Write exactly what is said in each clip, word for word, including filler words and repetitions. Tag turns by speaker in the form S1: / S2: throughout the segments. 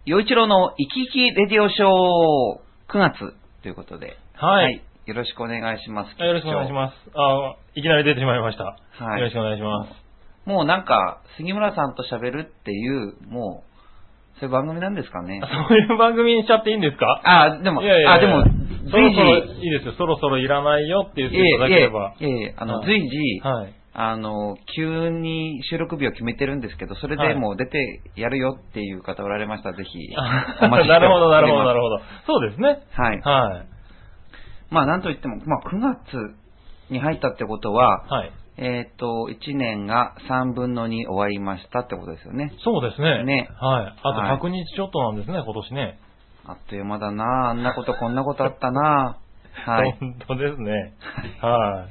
S1: 陽一郎の生き生きレディオショーくがつということで、
S2: はい、はい、
S1: よろしくお願いします。
S2: よろしくお願いします。あ、いきなり出てしまいました。はい、よろしくお願いします。
S1: もうなんか杉村さんと喋るっていうもうそういう番組なんですかね。
S2: そういう番組にしちゃっていいんですか？
S1: あ、でも、
S2: いやいやいや
S1: あ、でも、
S2: そろそろいいですよ。そろそろいらないよって言っていただければ。
S1: ええ、ええ、あの、随時、
S2: はい、
S1: あの、急に収録日を決めてるんですけど、それでもう出てやるよっていう方おられましたら、ぜひ、
S2: お待ちしております。なるほど、なるほど、なるほど。そうですね。
S1: はい。
S2: はい。
S1: まあ、なんといっても、まあ、くがつに入ったってことは、
S2: はい。
S1: えっと、いちねんがさんぶんのに終わりましたってことですよね。
S2: そうですね。
S1: ね。
S2: はい。あとひゃくにちちょっとなんですね、今年ね。
S1: あっという間だなあんなことこんなことあったな
S2: はい。本当ですね。はい。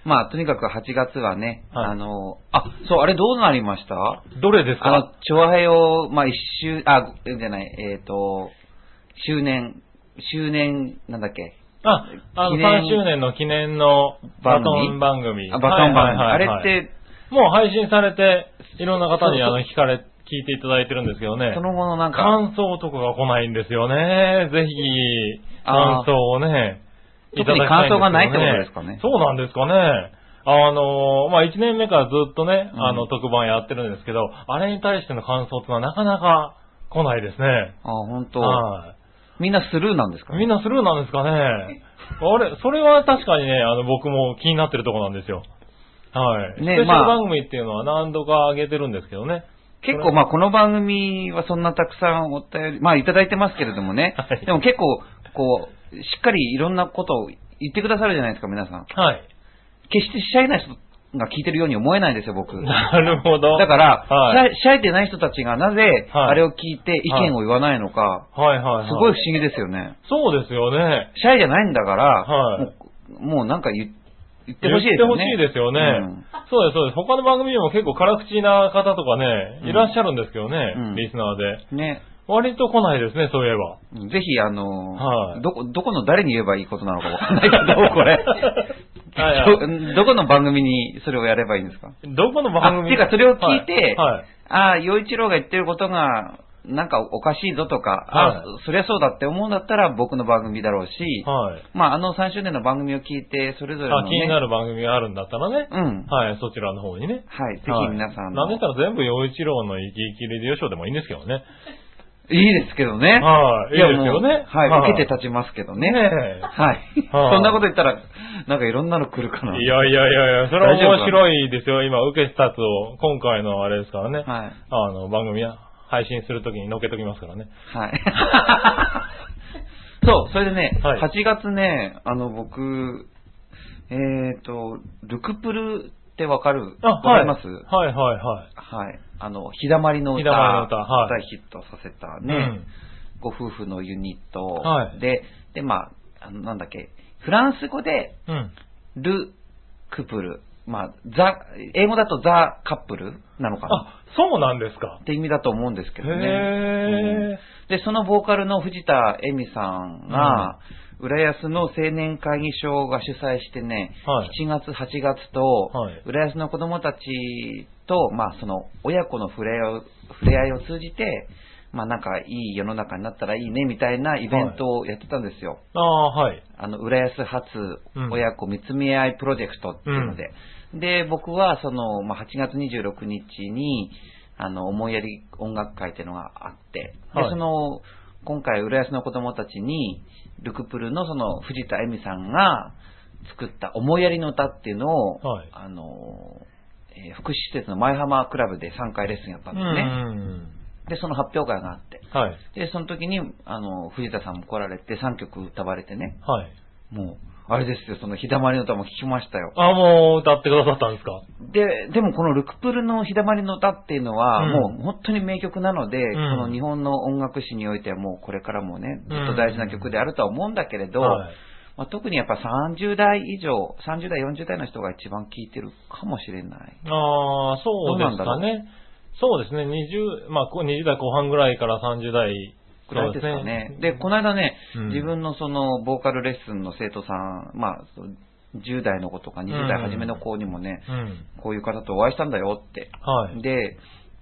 S1: まあ、とにかくはちがつはね、
S2: はい、
S1: あの、あ、そう、あれどうなりました？
S2: どれですか？
S1: あの、チョアヘヨ、まあ、一周、あ、じゃない、えっと、周年、周年、なんだっけ？
S2: あ、あの、さんしゅうねんの記念のバトン番組。
S1: あ、バトン番組。あれって、
S2: もう配信されて、いろんな方にあの、聞かれ、聞いていただいてるんですけどね。
S1: その後のなんか。
S2: 感想とかが来ないんですよね。ぜひ、感想をね、
S1: いただきたいんですよね。特に感想がないってことですかね。
S2: そうなんですかね。あの、まあ、いちねんめからずっとね、あの、特番やってるんですけど、あれに対しての感想ってのはなかなか来ないですね。
S1: あ、本当。
S2: はい。
S1: みんなスルーなんですかね。
S2: みんなスルーなんですかね。あれ、それは確かにね、あの、僕も気になってるところなんですよ。はい。ね、スペシャル番組っていうのは何度か上げてるんですけどね。
S1: 結構まあこの番組はそんなたくさんお便り、まあいただいてますけれどもね。はい、でも結構、こう、しっかりいろんなことを言ってくださるじゃないですか、皆さん。
S2: はい。
S1: 決してシャイな人が聞いてるように思えないですよ、僕。
S2: なるほど。
S1: だから、
S2: はい、
S1: シャイでない人たちがなぜ、あれを聞いて意見を言わないのか、
S2: はいはいはい、
S1: すごい不思議ですよね。
S2: そうですよね。
S1: シャイじゃないんだから、
S2: はい、
S1: もう、もうなんか言って、言ってほしいですよね。
S2: 言ってほしいですよね。うん、そうです、そうです。他の番組にも結構辛口な方とかね、いらっしゃるんですけどね、うん、リスナーで。ね。割と来ないですね、そういえば。
S1: ぜひ、あの、
S2: はい、
S1: どこ、どこの誰に言えばいいことなのかわかんないけど、これ。はいはい、ど, どこの番組にそれをやればいいんですか？
S2: どこの番組？
S1: っていうか、それを聞いて、
S2: はいはい、
S1: ああ、陽一郎が言ってることが、なんかおかしいぞとか、はい、あ、そりゃそうだって思うんだったら僕の番組だろうし、はい、まああのさんしゅうねんの番組を聞いて、それぞれの、ね、
S2: あ、気になる番組があるんだったらね、
S1: うん。
S2: はい、そちらの方にね。
S1: はい、ぜひ皆さんの。
S2: なんでしたら全部陽一郎の生き生きレディオショーでもいいんですけどね。
S1: いいですけどね。
S2: はい、いいですよね。
S1: はい、はい、受けて立ちますけどね。ねはい。そんなこと言ったら、なんかいろんなの来るかな。
S2: いやいやいやいや、それは面白いですよ。今、受けて立つを、今回のあれですからね。はい。あの、番組は配信するときに載っけときますからね。
S1: はい。そう、それでね、
S2: はい、
S1: はちがつね、あの、僕、えっと、ルクプルってわかる？
S2: あ、
S1: わかります？
S2: はいはいはい。
S1: はい。あの、日だまりの歌、
S2: 日だまりの歌、
S1: はい、大ヒットさせたね、うん、ご夫婦のユニット、はい、で、で、まあ、あの、なんだっけ、フランス語で、うん、ルクプル、まあ、ザ、英語だとザ・カップルなのかな。
S2: あ、そうなんですか。
S1: って意味だと思うんですけどね。
S2: へー、
S1: うん、で、そのボーカルの藤田恵美さんが、うん、浦安の青年会議所が主催してね、はい、しちがつ、はちがつと、はい、浦安の子供たちと、まあ、その、親子の触れ合いを、触れ合いを通じて、まあ、なんか、いい世の中になったらいいね、みたいなイベントをやってたんですよ。
S2: はい、ああ、はい。
S1: あの、浦安発親子見つめ合いプロジェクトっていうので。うん、で、僕は、その、まあ、はちがつにじゅうろくにちに、あの、思いやり音楽会っていうのがあって、で、はい、その、今回、浦安の子供たちに、ルクプルのその、藤田恵美さんが作った思いやりの歌っていうのを、はい、あの、えー、福祉施設の舞浜クラブでさんかいレッスンやったんですね。うんで、その発表会があって、はい、で、その時に、あの、藤田さんも来られてさんきょく歌われてね、はい、もう、あれですよ、その日だまりの歌も聴きましたよ。
S2: あ、もう歌ってくださったんですか？
S1: で、でもこのルクプルの日だまりの歌っていうのは、うん、もう本当に名曲なので、うん、この日本の音楽史においてはもうこれからもね、ずっと大事な曲であるとは思うんだけれど、うんはいまあ、特にやっぱさんじゅうだい以上、さんじゅうだい、よんじゅうだいの人が一番聴いてるかもしれない。
S2: ああ、そうですかね。そうですね、にじゅう、まあ、にじゅうだいこう半ぐらいからさんじゅうだい
S1: くらいですかね。で、この間ね、うん、自分のその、ボーカルレッスンの生徒さん、まあ、じゅうだいの子とかにじゅうだい初めの子にもね、うん、こういう方とお会いしたんだよって。はい、で、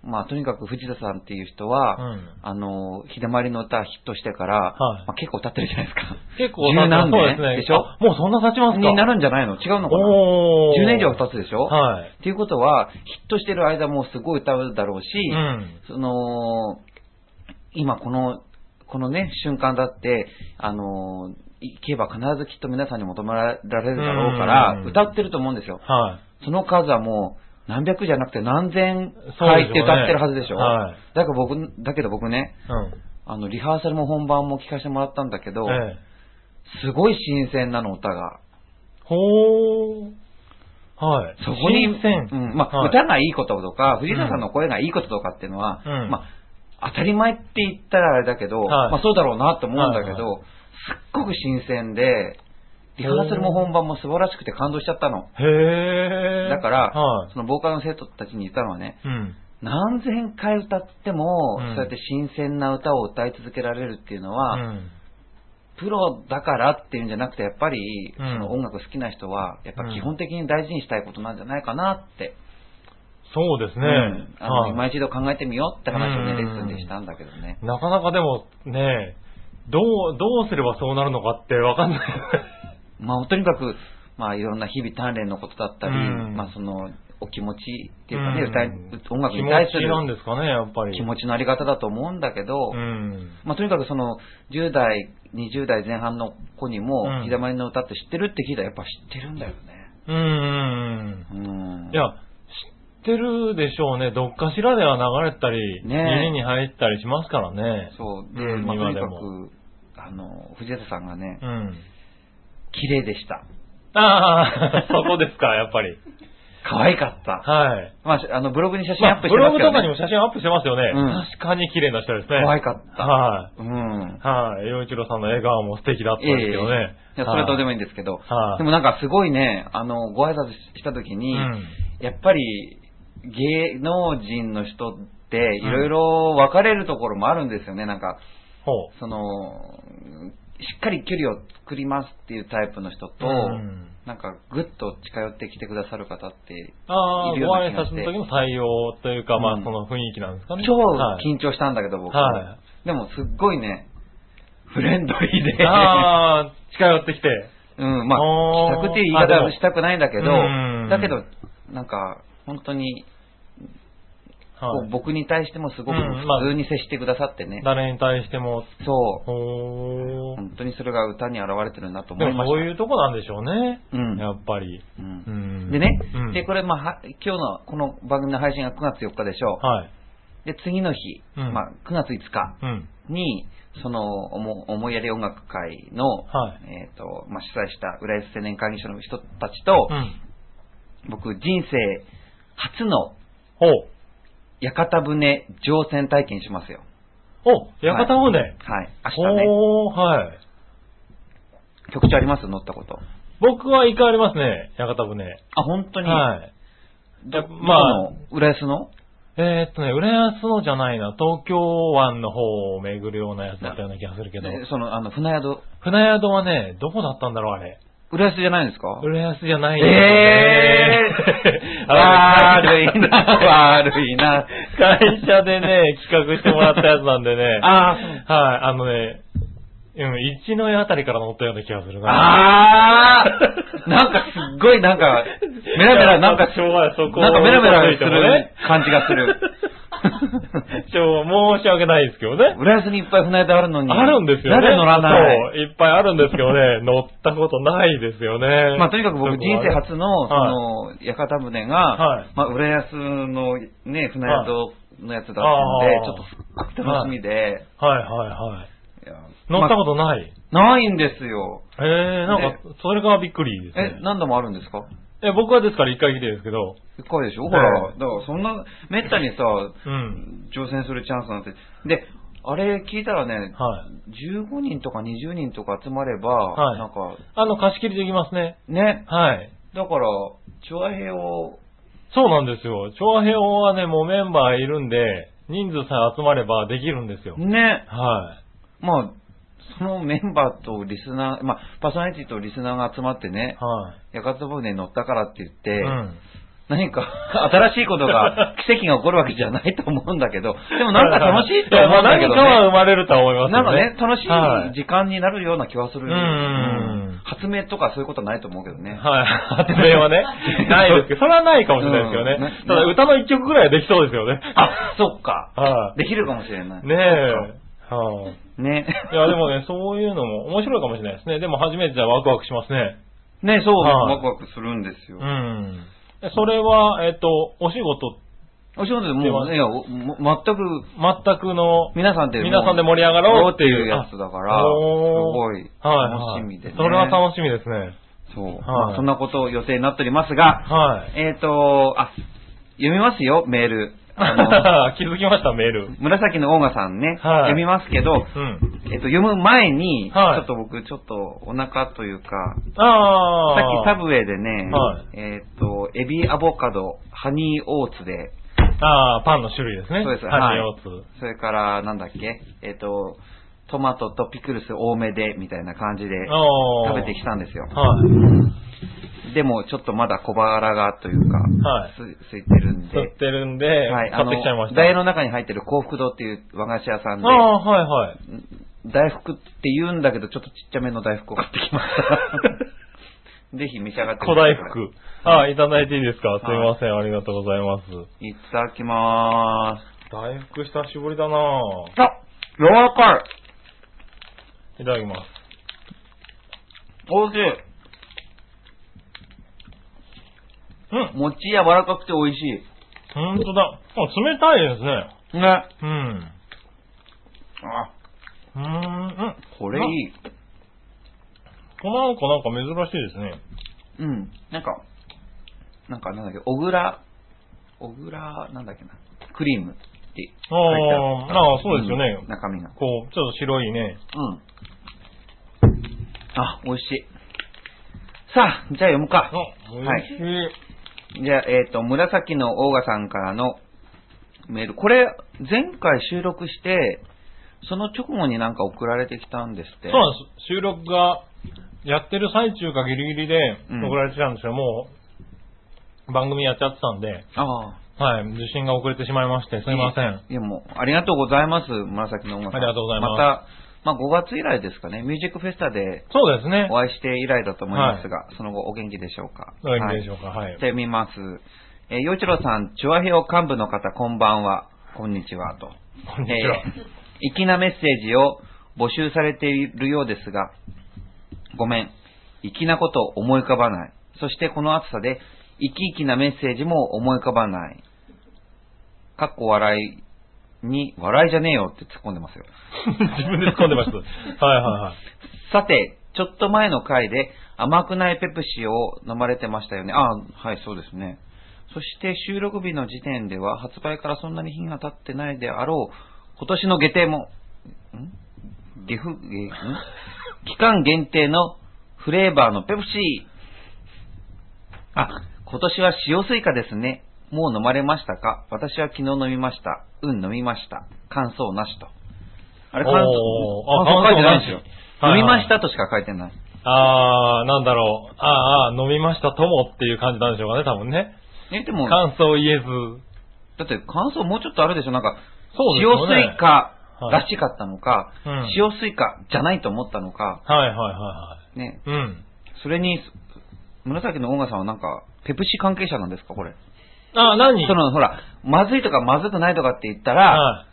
S1: まあとにかく藤田さんっていう人は、うん、あの、ひだまりの歌ヒットしてから、はいまあ、結構経ってるじゃないですか。
S2: 結構経ってる。十何年で、ね、でしょもうそんな経ちますか
S1: になるんじゃないの違うのかな ?じゅう 年以上経つでしょはい。っていうことは、ヒットしてる間もすごい歌うだろうし、うん、その、今この、このね、瞬間だって、あの、行けば必ずきっと皆さんに求められるだろうから、歌ってると思うんですよ。はい。その数はもう、何百じゃなくて何千回って歌ってるはずでしょ。はい。だから僕、だけど僕ね、うん、あの、リハーサルも本番も聞かせてもらったんだけど、ええ、すごい新鮮なの、歌が。
S2: ほー。はい。
S1: そこに、
S2: 新鮮。
S1: うん。まあ、はい、歌がいいこととか、藤田さんの声がいいこととかっていうのは、うん、まあ、当たり前って言ったらあれだけど、はい、まあそうだろうなって思うんだけど、はいはい、すっごく新鮮で、リハーサルも本番も素晴らしくて感動しちゃったの。へー。だから、はい、そのボーカルの生徒たちに言ったのはね、うん、何千回歌っても、うん、そうやって新鮮な歌を歌い続けられるっていうのは、うん、プロだからっていうんじゃなくて、やっぱり、うん、その音楽好きな人は、やっぱ基本的に大事にしたいことなんじゃないかなって。
S2: そうですね。うん、
S1: あの、はい、今一度考えてみようって話をね、レッスンでしたんだけどね。
S2: なかなかでもね、どう、どうすればそうなるのかってわかんない。
S1: まあ、とにかく、まあ、いろんな日々鍛錬のことだったり、うん、まあ、その、お気持ちっていうかね、うん、歌い、音楽に対する
S2: 気持ちなんですかね、やっぱり。
S1: 気持ちのあり方だと思うんだけど、うん、まあ、とにかくその、じゅう代、にじゅう代前半の子にも、うん、ひだまりの歌って知ってるって聞いたらやっぱ知ってるんだよね。うん。
S2: うん。いや、知ってるでしょうね。どっかしらでは流れたり、ね、耳に入ったりしますからね。
S1: そう。で、うん、まあ、とにかく、あの、藤田さんがね、うん、綺麗でした。
S2: ああ、そこですか、やっぱり。
S1: 可愛かった。はい。まあ、あの、ブログに写真アップして
S2: ますけど、ね、ブログとかにも写真アップしてますよね。うん、確かに綺麗な人ですね。
S1: 可愛かった。
S2: はい。うん。はい。洋一郎さんの笑顔も素敵だったんですけどね。
S1: いや、それはどうでもいいんですけど。はい。でもなんかすごいね、あの、ご挨拶した時に、うん、やっぱり、芸能人の人って、いろいろ分かれるところもあるんですよね、なんか。ほう。その、しっかり距離を作りますっていうタイプの人と、うん、なんかぐっと近寄ってきてくださる方っているような気がして。
S2: ご挨拶の時の対応というか、うん、まあその雰囲気なんですかね。
S1: 超緊張したんだけど、僕は。はい、でもすっごいね、フレンドリーで。
S2: ああ、近寄ってきて。
S1: うん、まあ、気さくっていう言い方はしたくないんだけど、だけど、なんか、本当に、はい、僕に対してもすごく普通に接してくださってね。
S2: うんまあ、誰に対しても。
S1: そう。本当にそれが歌に現れてるなと思いました。
S2: そういうとこなんでしょうね。うん、やっぱり。
S1: うん、でね、うん、で、これ、まあ、今日のこの番組の配信がくがつよっかでしょう。はい。で、次の日、うん、まあ、くがついつかに、その思いやり音楽会の、はい、えっ、ー、と、まあ、主催した浦安青年会議所の人たちと、うん、僕、人生初の、ほう。屋形船乗船体験しますよ。
S2: お、屋形船、はい、
S1: はい。明日ね。
S2: おー、はい。
S1: 局長あります乗ったこと。
S2: 僕は一回ありますね、屋形船。
S1: あ、本当に
S2: はい。
S1: じゃ、まあ、浦安の
S2: えー、っとね、浦安のじゃないな、東京湾の方を巡るようなやつだったような気がするけど。
S1: その、あの、船宿。
S2: 船宿はね、どこだったんだろう、あれ。
S1: 浦安じゃないんですか？
S2: 浦安じゃないんですよ
S1: ね。えー、悪いな、悪いな。
S2: 会社でね、企画してもらったやつなんでね。
S1: あ
S2: あ、はい、あのね、うん、一の湯あたりから乗ったような気がするな。
S1: ああなんかすっごいなんか、メラメラなんか、
S2: しょうがない、そこ
S1: なんかメラメラする感じがする。
S2: ちょ、申し訳ないですけどね。
S1: 浦安にいっぱい船宿あるのに。
S2: あるんですよね。
S1: なぜ乗らない？
S2: そう、いっぱいあるんですけどね、乗ったことないですよね。
S1: まあとにかく僕人生初の、その、屋形船が、はい、まあ浦安のね、船宿のやつだったんで、ちょっとすっごく楽しみで。はい
S2: はいはい。いや乗ったことない、
S1: ま、ないんですよ。
S2: へえ、なんか、それがびっくりですね。
S1: え、何度もあるんですか？
S2: え、僕はですから一回来てるんですけど。
S1: 一回でしょ、ほら、だからそんな、めったにさ、うん、乗船するチャンスなんて。で、あれ聞いたらね、はい、じゅうごにんとかにじゅうにんとか集まれば、はい、なんか。
S2: あの、貸し切りできますね。
S1: ね。
S2: はい。
S1: だから、チョアヘオ。
S2: そうなんですよ。チョアヘオはね、もうメンバーいるんで、人数さえ集まればできるんですよ。
S1: ね。
S2: はい。
S1: まあ、そのメンバーとリスナー、まあ、パーソナリティとリスナーが集まってね、はい、屋形船に乗ったからって言って、うん、 何か新しいことが、奇跡が起こるわけじゃないと思うんだけど、でもなんか楽しいと思うんだけどね。
S2: 何かは生まれると思いますね。
S1: なんかね、楽しい時間になるような気はする。
S2: はい、うん。
S1: 発明とかそういうことはないと思うけどね。
S2: はい。発明はね、ないですけど、それはないかもしれないですけどね。うん、ただ歌の一曲ぐらいはできそうですよね。
S1: あ、そっか。
S2: はい。
S1: できるかもしれない。
S2: ねえ。はい。
S1: ね。
S2: いや、でもね、そういうのも面白いかもしれないですね。でも初めてじゃワクワクしますね。
S1: ね、そう、ワクワクするんですよ。
S2: うん。それは、えっと、お仕事
S1: お仕事でもう、ね、全く、
S2: 全くの、
S1: 皆さんで、
S2: 皆さんで盛り上がろうっていう
S1: やつだから、すごい楽しみでね。
S2: それは楽しみですね。
S1: そう。まあ、そんなことを予定になっておりますが、
S2: はい。
S1: えっと、あ、読みますよ、メール。
S2: 気づきました、メール。
S1: 紫のオーガさんね、はい、読みますけど、うん、えっと、読む前に、はい、ちょっと僕、ちょっとお腹というか、
S2: あ
S1: さっきサブウェイでね、はい、えっと、エビアボカド、ハニーオーツで、
S2: ああ、パンの種類ですね。
S1: そうです、
S2: ハニーオーツ。
S1: はい、それから、なんだっけ、えっと、トマトとピクルス多めで、みたいな感じで、食べてきたんですよ。
S2: はい。
S1: でも、ちょっとまだ小腹がというか、はい、す、空いてるんで。
S2: 空いてるんで、はい、買ってきちゃいました。
S1: ダイヤの中に入ってる幸福堂っていう和菓子屋さんで、
S2: ああ、はいはい。
S1: 大福って言うんだけど、ちょっとちっちゃめの大福を買ってきました。ぜひ召し上がってください。
S2: 小大福。ああ、いただいていいですか？すいません、ありがとうございます。
S1: いただきまーす。
S2: 大福久しぶりだなぁ。
S1: あ、柔らか
S2: い。いただきます。
S1: おいしい。うん。餅柔らかくて美味しい。
S2: ほんとだ。あ、冷たいですね。
S1: ね。
S2: うん。
S1: あ。
S2: うーん。うん。
S1: これいい。
S2: このあんこなんか珍しいですね。
S1: うん。なんか、なんかなんだっけ、小倉、小倉、なんだっけな、クリームって書いてある。
S2: ああ、そうですよね、
S1: うん。中身が。
S2: こう、ちょっと白いね。
S1: うん。あ、美味しい。さあ、じゃあ読むか。
S2: 美味しい。はい
S1: じゃあ、えっと、紫のオーガさんからのメール。これ、前回収録して、その直後になんか送られてきたんですって。
S2: そうなんです。収録がやってる最中かギリギリで送られてきたんですけど、うん、もう、番組やっちゃってたんで、
S1: あ
S2: あはい、受信が遅れてしまいまして、すいません。
S1: いや、もう、ありがとうございます、紫のオーガさん。
S2: ありがとうございます。
S1: また、まあ、ごがつ以来ですかね、ミュージックフェスタで、
S2: そうですね。
S1: お会いして以来だと思いますが、はい、その後お元気でしょうか。
S2: お元気でしょうか、はい。
S1: じゃあ読みます。えー、陽一郎さん、チュアヘオ幹部の方、こんばんは。こんにちは、と。
S2: こんにちは。え
S1: ー、粋なメッセージを募集されているようですが、ごめん。粋なこと思い浮かばない。そしてこの暑さで、生き生きなメッセージも思い浮かばない。かっこ笑いに、笑いじゃねえよって突っ込んでますよ。
S2: 自分で突っ込んでます。はいはいはい。
S1: さて、ちょっと前の回で甘くないペプシを飲まれてましたよね。ああ、はい、そうですね。そして収録日の時点では発売からそんなに日が経ってないであろう今年の下定も、んゲフ、ゲ、ん期間限定のフレーバーのペプシー。あ、今年は塩スイカですね。もう飲まれましたか？私は昨日飲みました。うん、飲みました。感想なしと。あれ、感想、感想書いてないんですよ。飲みましたとしか書いてない。
S2: あー、なんだろう。あーあー、飲みましたともっていう感じなんでしょうかね、多分ね。
S1: え、でも、
S2: 感想言えず。
S1: だって感想もうちょっとあるでしょ。なんか、そうですよね、塩スイカらしかったのか、はい、塩スイカじゃないと思ったのか。
S2: はいはいはいはい。
S1: ね。
S2: うん。
S1: それに、紫のオーガさんはなんか、ペプシ関係者なんですか、これ。
S2: あ、何
S1: その、ほら、まずいとかまずくないとかって言ったら、はい、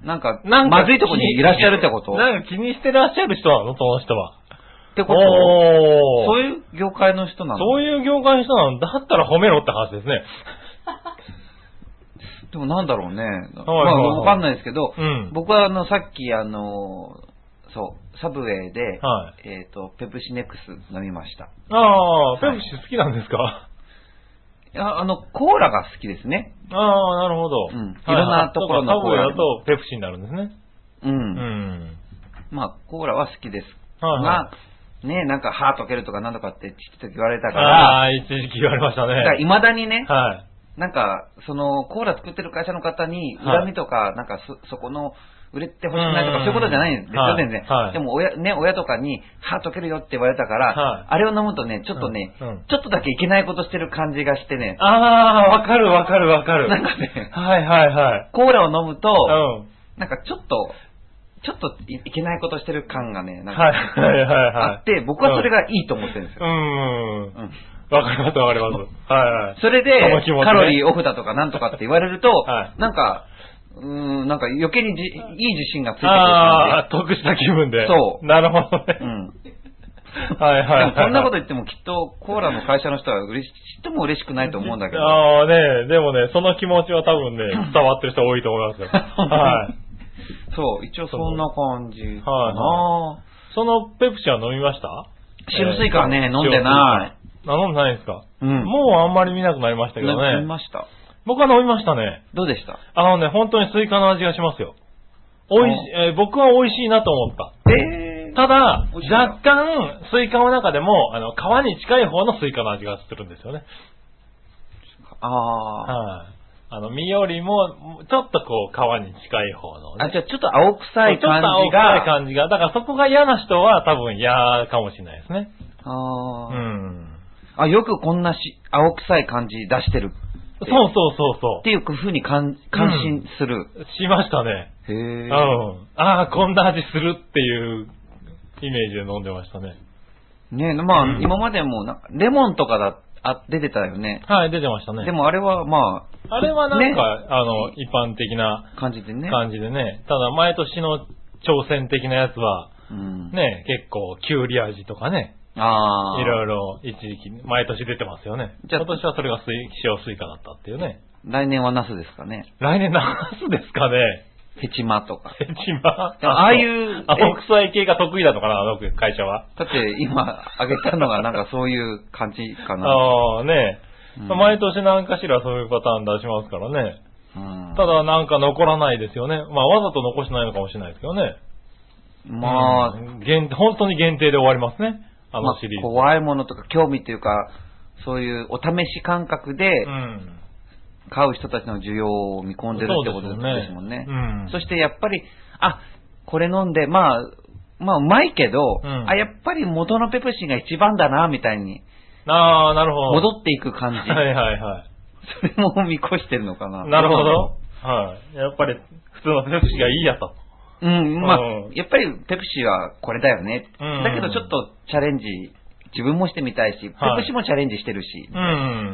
S1: なんか、なんかまずいとこにいらっしゃるってこと？
S2: なんか気にしてらっしゃる人なの、その人は。
S1: ってこと？そういう業界の人なの？
S2: そういう業界の人なのだったら褒めろって話ですね。
S1: でもなんだろうね。
S2: はいはいはい、
S1: まあわかんないですけど、
S2: うん、
S1: 僕はあの、さっきあの、そう、サブウェイで、
S2: はい、
S1: えっと、ペプシネックス飲みました。
S2: ああ、ペプシ好きなんですか？
S1: いや、あの、コーラが好きですね。
S2: ああ、なるほど。
S1: うん。いろんなところのコーラ。
S2: サブウェイだとペプシになるんですね。
S1: うん。
S2: うん。
S1: まあ、コーラは好きですが、
S2: はいはい、
S1: ね、なんか歯溶けるとかなんとかってちっちゃく言われたから。
S2: ああ、一時期言われましたね。だ
S1: から未だにね、
S2: はい。
S1: なんか、その、コーラ作ってる会社の方に、恨みとか、はい、なんかそ、そこの売れてほしくないとかそういうことじゃないんですよ、はい、全然。はい、でも親、ね、親とかに、歯溶けるよって言われたから、はい、あれを飲むとね、ちょっとね、うんうん、ちょっとだけいけないことしてる感じがしてね。
S2: あー、わかるわかるわかる。
S1: なんかね、
S2: はいはいはい。
S1: コーラを飲むと、うん、なんかちょっと、ちょっと い, いけないことしてる感がね、なんか、ね、はいはいはいはい、あって、僕はそれがいいと思ってるんですよ。
S2: うん。うんうんわかりますわかります。はいはい。
S1: それで、ね、カロリーオフだとかなんとかって言われると、はい、なんか、うーん、なんか余計にじいい自信がついてくる感じ。
S2: ああ、得した気分で。
S1: そう。
S2: なるほどね。
S1: うん。
S2: はいはい、はい。
S1: でもこんなこと言ってもきっとコーラの会社の人は嬉し、ちっとも嬉しくないと思うんだけど。
S2: ああね、でもね、その気持ちは多分ね、伝わってる人多いと思いますよ。はい。
S1: そう、一応そんな感じ。はい、
S2: はい。そのペプシは飲みました？
S1: 白スイカはね、飲んでない。
S2: あ、飲んでないですか？
S1: うん。
S2: もうあんまり見なくなりましたけどね。
S1: 飲みました。
S2: 僕は飲みましたね。
S1: どうでした？
S2: あのね、本当にスイカの味がしますよ。おいし、えー、僕は美味しいなと思った。
S1: えー、
S2: ただ、若干、スイカの中でも、あの、皮に近い方のスイカの味がするんですよね。
S1: ああ。
S2: はい、あの、実よりも、ちょっとこう、皮に近い方の、ね。
S1: あ、じゃあちょっと青臭い感じが。ちょっと青
S2: 臭い感じが。だからそこが嫌な人は多分嫌かもしれないですね。
S1: ああ。
S2: うん。
S1: あ、よくこんなし青臭い感じ出してる。
S2: そうそうそうそう。
S1: っていう風に感心する、
S2: うん。しましたね。
S1: へえ。
S2: うん。ああ、こんな味するっていうイメージで飲んでましたね。
S1: ねえ、まあ、うん、今までもなんかレモンとかだあ出てたよね。
S2: はい、出てましたね。
S1: でもあれはま
S2: あ、あれはなんか、ね、あの、一般的な
S1: 感じでね。
S2: 感じでね。ただ、毎年の挑戦的なやつは、
S1: うん、
S2: ね、結構、キュウリ味とかね。
S1: ああ。
S2: いろいろ、一時期、毎年出てますよね。じゃあ、今年はそれがスイ塩スイカだったっていうね。
S1: 来年はナスですかね。
S2: 来年ナスですかね。
S1: ヘチマとか。
S2: ヘチマ
S1: ああいう。
S2: 青臭い系が得意なのかな、あの会社は。
S1: だって今あげたのがなんかそういう感じかな。
S2: ああ、ね、うん、毎年何かしらそういうパターン出しますからね。うん、ただなんか残らないですよね。まあわざと残しないのかもしれないですけどね。
S1: まあ、
S2: うん、限本当に限定で終わりますね。あのシリーズ。
S1: まあ、怖いものとか興味というか、そういうお試し感覚で、うん買う人たちの需要を見込んでるってことですもんね。
S2: そ, ね、うん、
S1: そしてやっぱり、あ、これ飲んで、まあ、まあうまいけど、
S2: うん、
S1: あ、やっぱり元のペプシが一番だな、みたいに。
S2: ああ、なるほど。
S1: 戻っていく感じ。
S2: はいはいはい。
S1: それも見越してるのかな。
S2: なるほど。はい。やっぱり普通のペプシがいいやと。
S1: うん、まあ、うん、やっぱりペプシはこれだよね。うん、だけどちょっとチャレンジ、自分もしてみたいし、ペプシもチャレンジしてるし、
S2: うん、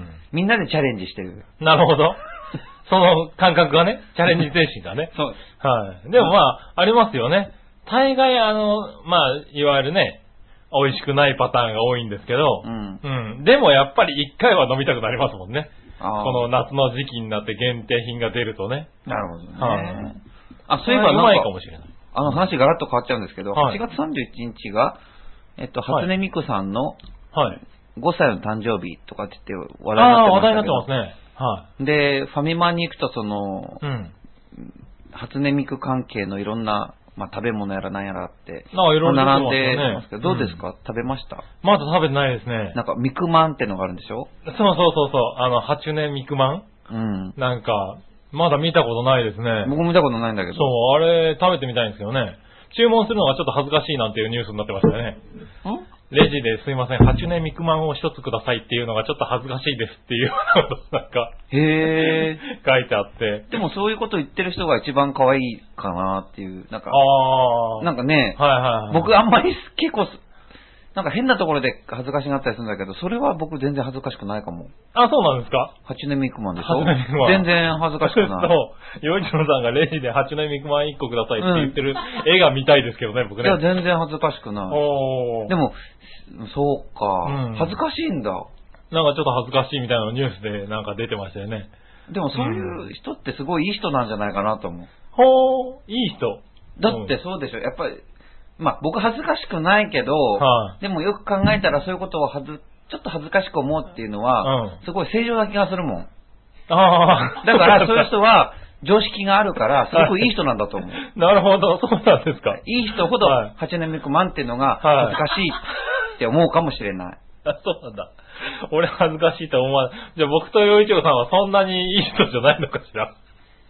S1: みんなでチャレンジしてる。
S2: なるほど。その感覚がね、チャレンジ精神がね。
S1: そう。
S2: はい。でもまあ、ありますよね。大概あの、まあ、いわゆるね、美味しくないパターンが多いんですけど、
S1: うん。
S2: うん。でもやっぱり一回は飲みたくなりますもんね。
S1: あ
S2: この夏の時期になって限定品が出るとね。
S1: なるほどね。
S2: はい、
S1: あ、そういえばなんか、
S2: うまいかもしれない。
S1: あの話ガラッと変わっちゃうんですけど、
S2: はい、
S1: はちがつさんじゅういちにちが、えっと、初音ミクさんの、
S2: はい。
S1: ごさいの誕生日とかって言って話
S2: 題になってましたけど。ああ、話題になってますね。はい。
S1: で、ファミマに行くとその、
S2: うん、
S1: 初音ミク関係のいろんな、まあ、食べ物やら何やらって、
S2: なんかいろいろ
S1: 並んでますけど、どうですか、うん、食べました？
S2: まだ食べてないですね。
S1: なんかミクマンってのがあるんでしょ？
S2: そうそうそうそう、あの、はちねんミクマン？
S1: うん。
S2: なんか、まだ見たことないですね。
S1: 僕も見たことないんだけど。
S2: そう、あれ食べてみたいんですけどね。注文するのがちょっと恥ずかしいなんていうニュースになってましたよね。
S1: ん
S2: レジですいません、はちねんミクマンを一つくださいっていうのがちょっと恥ずかしいですっていうようなことなんか
S1: へー
S2: 書いてあって。
S1: でもそういうこと言ってる人が一番可愛いかなっていう、なんか、
S2: あ
S1: なんかね、
S2: はいはいはい、
S1: 僕あんまり結構、なんか変なところで恥ずかしがったりするんだけど、それは僕全然恥ずかしくないかも。
S2: あ、そうなんですか？
S1: はちねんミクマンでしょ？
S2: はちねんミクマン。
S1: 全然恥ずかしくない。
S2: そう。洋一郎さんがレジではちねんミクマンいっこくださいって言ってる絵が見たいですけどね、僕ね。
S1: いや、全然恥ずかしくない。
S2: おー。
S1: でも、そうか、
S2: うん、
S1: 恥ずかしいんだ。
S2: なんかちょっと恥ずかしいみたいなニュースでなんか出てましたよね。
S1: でもそういう人ってすごいいい人なんじゃないかなと思う。
S2: ほー、いい人。
S1: だってそうでしょ、やっぱり、まあ僕恥ずかしくないけど、
S2: はあ、
S1: でもよく考えたらそういうことをはずちょっと恥ずかしく思うっていうのは、
S2: うん、
S1: すごい正常な気がするもん。
S2: ああ。
S1: だからそういう人は常識があるからすごくいい人なんだと思う。
S2: なるほど、そうなんですか。
S1: いい人ほどはちねんミクマンっていうのが恥ずかしいって思うかもしれない。
S2: あ、そうなんだ。俺恥ずかしいと思わない。じゃあ僕と洋一郎さんはそんなにいい人じゃないのかしら。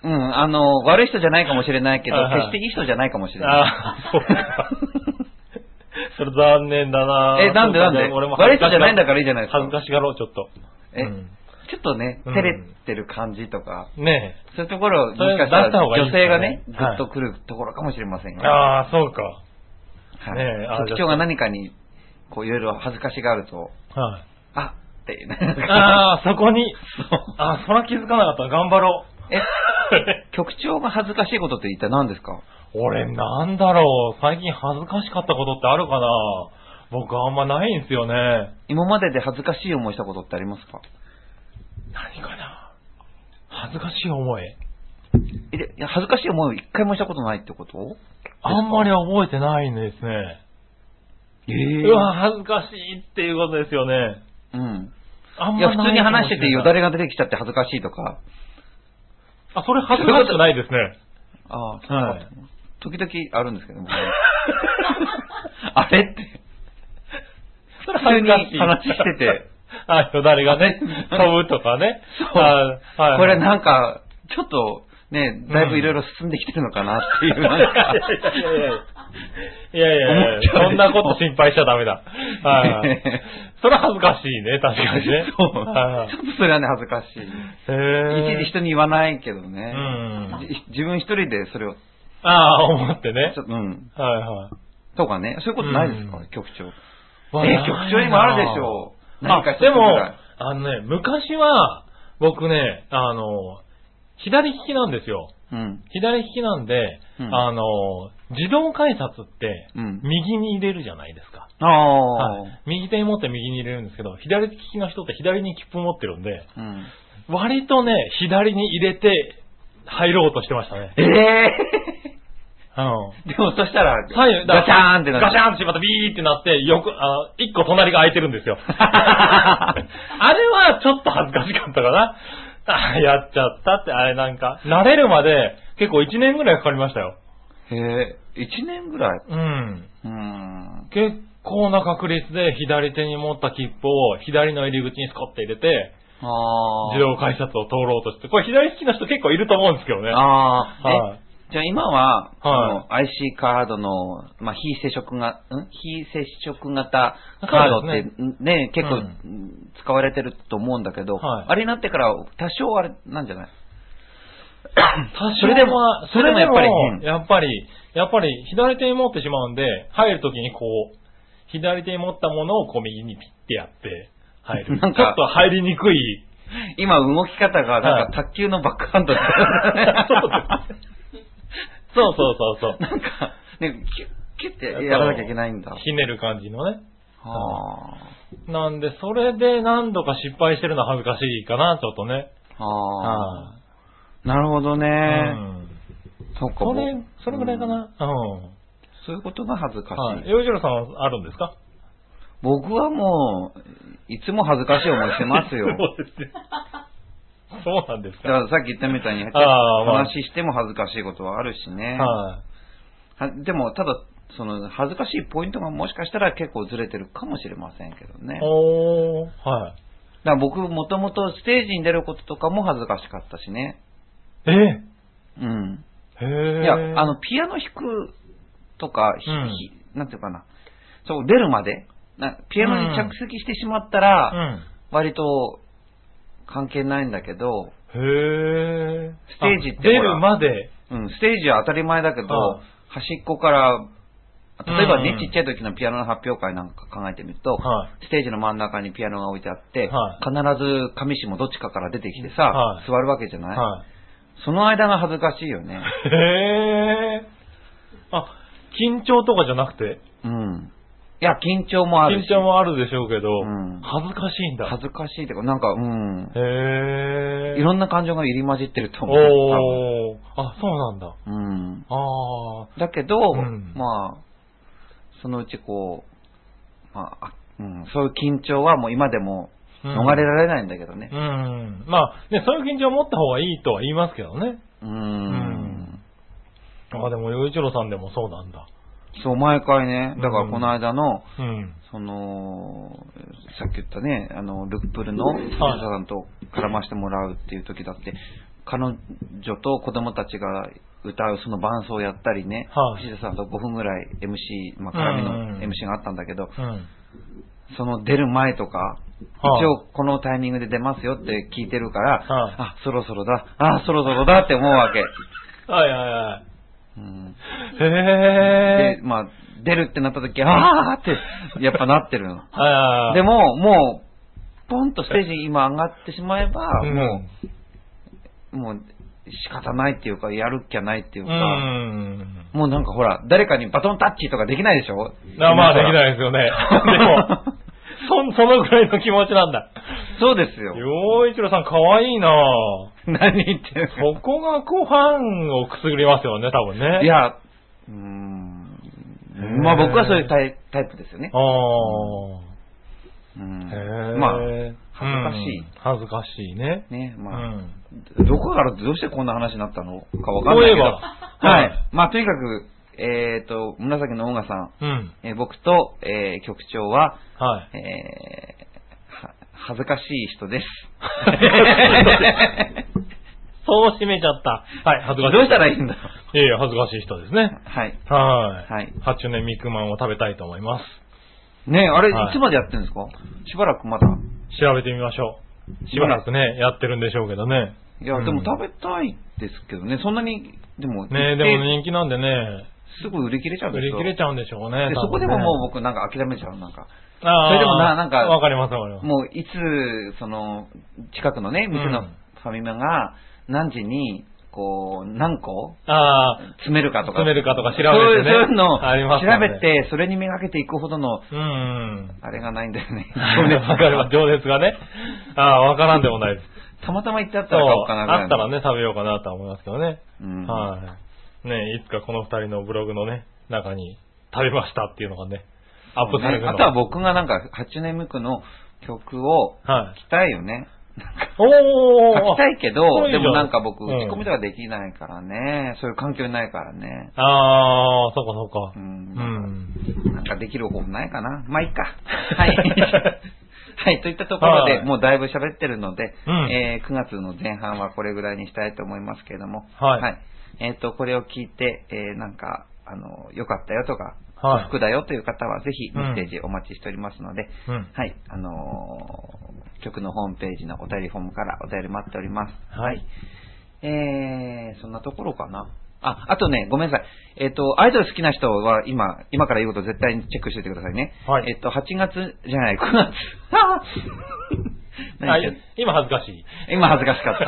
S1: うん、あの、悪い人じゃないかもしれないけど、決していい人じゃないかもしれない。ああ、そうか。
S2: それ残念だな
S1: え、なんでなんで俺も悪い人じゃないんだからいいじゃないですか。
S2: 恥ずかしがろう、ちょっと。
S1: え、うん、ちょっとね、照れてる感じとか。
S2: うん、ね
S1: え。そういうところ、もしかしたら女性がね、ずっと来るところかもしれませんよ、ね。
S2: ああ、そうか。
S1: はい、ねえ、特徴が何かに、こういろいろ恥ずかしがあると、はい。あっていうね。
S2: ああ、そこに。ああ、そら気づかなかった。頑張ろう。
S1: え、局長が恥ずかしいことって一体何ですか？
S2: 俺、なんだろう。最近恥ずかしかったことってあるかな？僕あんまないんですよね。
S1: 今までで恥ずかしい思いしたことってありますか？
S2: 何かな？恥ずかしい思い。
S1: え、恥ずかしい思いを一回もしたことないってこと？
S2: あんまり覚えてないんですね。えー、うわ、恥ずかしいっていうことですよね。
S1: うん。あんまいや、普通に話しててよだれが出てきちゃって恥ずかしいとか。
S2: あ、それ恥ずかしくないですね。
S1: ああ、そうなんですね。時々あるんですけども、ね。あれって。
S2: それ恥ずかしい。
S1: 話してて。
S2: あ、よだれがね、飛ぶとかね。
S1: そう。はいはい、これなんか、ちょっと、ね、だいぶいろいろ進んできてるのかなっていう、なんか。
S2: いやいやいや。いやいやいや、そんなこと心配しちゃダメだ。はい。それは恥ずかしいね、確かにね。
S1: そう。はい、ちょっとそれはね、恥ずかしい。へいちいち人に言わないけどね。うん、自分一人でそれを。
S2: ああ、思ってね。
S1: ちょっと、うん。
S2: はいはい。
S1: とかね。そういうことないですか、うん、局長。え、局長にもあるでしょう。
S2: 何か一つぐらい。でも、あのね、昔は、僕ね、あの、左利きなんですよ。うん、左利きなんで、うん、あの、自動改札って、右に入れるじゃないですか。うんはい、右手に持って右に入れるんですけど、左利きの人って左に切符持ってるんで、うん、割とね、左に入れて入ろうとしてましたね。
S1: ええーうん、でもそしたら、
S2: ガシャーンってなって。ガシャーンってまたビーってなって、よく、あの、一個隣が空いてるんですよ。あれはちょっと恥ずかしかったかな。あ、やっちゃったって、あれなんか、慣れるまで結構いちねんぐらいかかりましたよ。
S1: へえ、いちねんぐらい
S2: うん。うん。結構な確率で左手に持った切符を左の入り口にスコッて入れて、あ自動改札を通ろうとして、これ左利きの人結構いると思うんですけどね。
S1: ああ、はい。じゃあ今は、はい、アイシー カードの、まあ、非接触が、ん非接触型カードってね、ね結構、うん、使われてると思うんだけど、はい、あれになってから多少あれなんじゃない
S2: 多少それでも、それでもやっぱり、やっぱり、やっぱり左手に持ってしまうんで、入るときにこう、左手に持ったものをこう右にピッてやって入る。なんかちょっと入りにくい。
S1: 今動き方がなんか卓球のバックハンドで、
S2: はい、そうそうそうそう。
S1: なんか、ね、キュッ、キュッてやらなきゃいけないんだ。
S2: ひねる感じのね。はあ。なんで、それで何度か失敗してるのは恥ずかしいかな、ちょっとね。
S1: はあ。はあ、なるほどね。うん。
S2: そっか。それ、それぐらいかな。うん。
S1: そういうことが恥ずかしい。
S2: はい。洋一郎さんはあるんですか？
S1: 僕はもう、いつも恥ずかしい思いしてますよ。
S2: そうですね。そうなんですか。
S1: だからさっき言ったみたいに、話しても恥ずかしいことはあるしね。はい。でも、ただ、その、恥ずかしいポイントがもしかしたら結構ずれてるかもしれませんけどね。
S2: おー、はい。だか
S1: ら僕、もともとステージに出ることとかも恥ずかしかったしね。
S2: え
S1: うん。
S2: へー。
S1: いや、あの、ピアノ弾くとか、うん、なんていうかな。そう、出るまで、なピアノに着席してしまったら、うん、割と、関係ないんだけど、
S2: へー。
S1: ステージって
S2: 出るまで、
S1: うん、ステージは当たり前だけど、端っこから、例えばね、うんうん、ちっちゃい時のピアノの発表会なんか考えてみると、はい、ステージの真ん中にピアノが置いてあって、はい、必ず上下どっちかから出てきてさ、はい、座るわけじゃない、はい、その間が恥ずかしいよね。
S2: へー。あ、緊張とかじゃなくて？
S1: うん。いや、緊張もあるし。
S2: 緊張もあるでしょうけど、うん、恥ずかしいんだ。
S1: 恥ずかしいってか、なんか、うん。
S2: へー。
S1: いろんな感情が入り混じってると思う。
S2: おー。あ、そうなんだ。
S1: うん。
S2: あ
S1: ー。だけど、うん、まあ、そのうちこう、まあ、うん、そういう緊張はもう今でも逃れられないんだけどね。
S2: うん。うん、まあ、ね、そういう緊張を持った方がいいとは言いますけどね。
S1: うん。うん。
S2: あ、でも、洋一郎さんでもそうなんだ。
S1: そう、毎回ね、だからこの間の、うん、その、さっき言ったね、あの、ルクプルの、藤田さんと絡ましてもらうっていう時だって、 彼女と子供たちが歌うその伴奏をやったりね、
S2: はい、
S1: 藤田さんとごふんぐらい エムシー、まあ、絡みの エムシー があったんだけど、
S2: うん、
S1: その出る前とか、はい、一応このタイミングで出ますよって聞いてるから、はい、あ、そろそろだ、あ、そろそろだって思うわけ。
S2: はいはいはい。
S1: うん、
S2: へ
S1: ー。で、まあ、出るってなった時、あーって、やっぱなってるの。
S2: はい。
S1: でも、もう、ポンとステージに今上がってしまえば、うん、もう、もう、仕方ないっていうか、やるっきゃないっていうか、うん、もうなんかほら、誰かにバトンタッチとかできないでしょ？
S2: あ、まあできないですよね。でも、そ、そのぐらいの気持ちなんだ。
S1: そうですよ。
S2: 陽一郎さん可愛いなぁ。
S1: 何言ってる
S2: そこがこうファンをくすぐりますよね、多分ね。
S1: いや、うーん。まあ僕はそういうタイ、タイプですよね。
S2: ああ。
S1: うん。へまあ、恥ずかしい、うん。
S2: 恥ずかしいね。
S1: ね、まあ、うん、どこからどうしてこんな話になったのかわかんないけど。はい。まあとにかく、えっ、ー、と、紫のオーガさん、うん、えー、僕と、えー、局長は、はい、えー、は恥ずかしい人です。
S2: そう締めちゃった。はい、恥ずかしい。
S1: どうしたらいいんだろ
S2: う。いやいや、恥ずかしい人ですね。
S1: はい。
S2: はい。はい。はちねん肉まんを食べたいと思います。
S1: ねえ、あれ、はい、いつまでやってるんですか？しばらくまだ。
S2: 調べてみましょう。しばらくね、やってるんでしょうけどね。
S1: いや、うん、でも食べたいですけどね、そんなに、でも。
S2: ねえ、でも人気なんでね。
S1: すぐ売り切れちゃうんで
S2: すよ。売り切れちゃうんでしょうね。
S1: で、そこでももう僕なんか諦めちゃう、なんか。ああ。それでもな、なんか。
S2: わかりますわかります。
S1: もういつ、その、近くのね、店のファミマが何時に、こう、何個あ詰めるかとか。
S2: 詰めるかとか調べてね。
S1: そういうのを調べ
S2: ね、
S1: て、それにめがけていくほどの、
S2: うん。
S1: あれがないんだよね。
S2: 情熱が。情熱がね。ああ、わからんでもないです。
S1: たまたま行ってあったら買おうかなぐらい。
S2: あったらね、食べようかなとは思いますけどね。うん。はい。ね、いつかこの二人のブログのね、中に食べましたっていうのがね、アップされるの、
S1: ね、あとは僕がなんか、はちねんむくの曲を聴きたいよね。
S2: おー
S1: 書きたいけど、でもなんか僕、打ち込みとかできないからね、そういう環境にないからね。
S2: あー、そうかそうか。
S1: うん。なんかできる方法ないかな。まあいいか。はい。はい、といったところで、もうだいぶ喋ってるので、うん、えー、くがつの前半はこれぐらいにしたいと思いますけれども、はい。はい、えっ、ー、と、これを聞いて、えー、なんか、あの、良かったよとか、はい、不服だよという方はぜひメッセージお待ちしておりますので、うん、はい、あのー、局のホームページのお便りフォームからお便り待っております。はい。えー、そんなところかな。あ、あとね、ごめんなさい。えっ、ー、と、アイドル好きな人は今、今から言うこと絶対にチェックしておいてくださいね。はい。えっ、ー、と、はちがつじゃない、くがつ。
S2: あ今恥ずかしい。
S1: 今恥ずかしかった。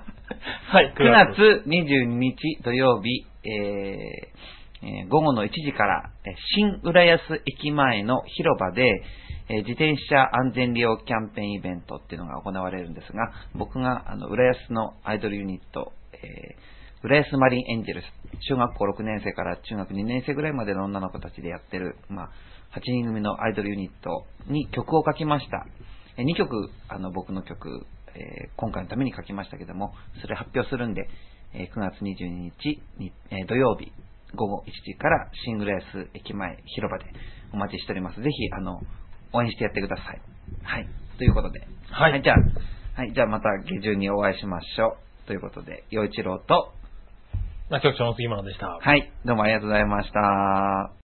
S1: はい、くがつにじゅうににち土曜日、えーえー、午後のいちじから、新浦安駅前の広場で、えー、自転車安全利用キャンペーンイベントっていうのが行われるんですが、僕があの浦安のアイドルユニット、えー、浦安マリンエンジェルス、小学校ろくねんせいから中学にねんせいぐらいまでの女の子たちでやってる、まあ、はちにん組のアイドルユニットに曲を書きました。えー、にきょく、あの、僕の曲、えー、今回のために書きましたけども、それ発表するんで、えー、くがつにじゅうににちに、えー、土曜日、午後いちじから新浦安駅前広場でお待ちしております。ぜひ、あの、応援してやってください。はい。ということで。はい。はい、じゃあ、はい。じゃあまた下旬にお会いしましょう。ということで、陽一郎と、
S2: 局長の杉村でした。
S1: はい。どうもありがとうございました。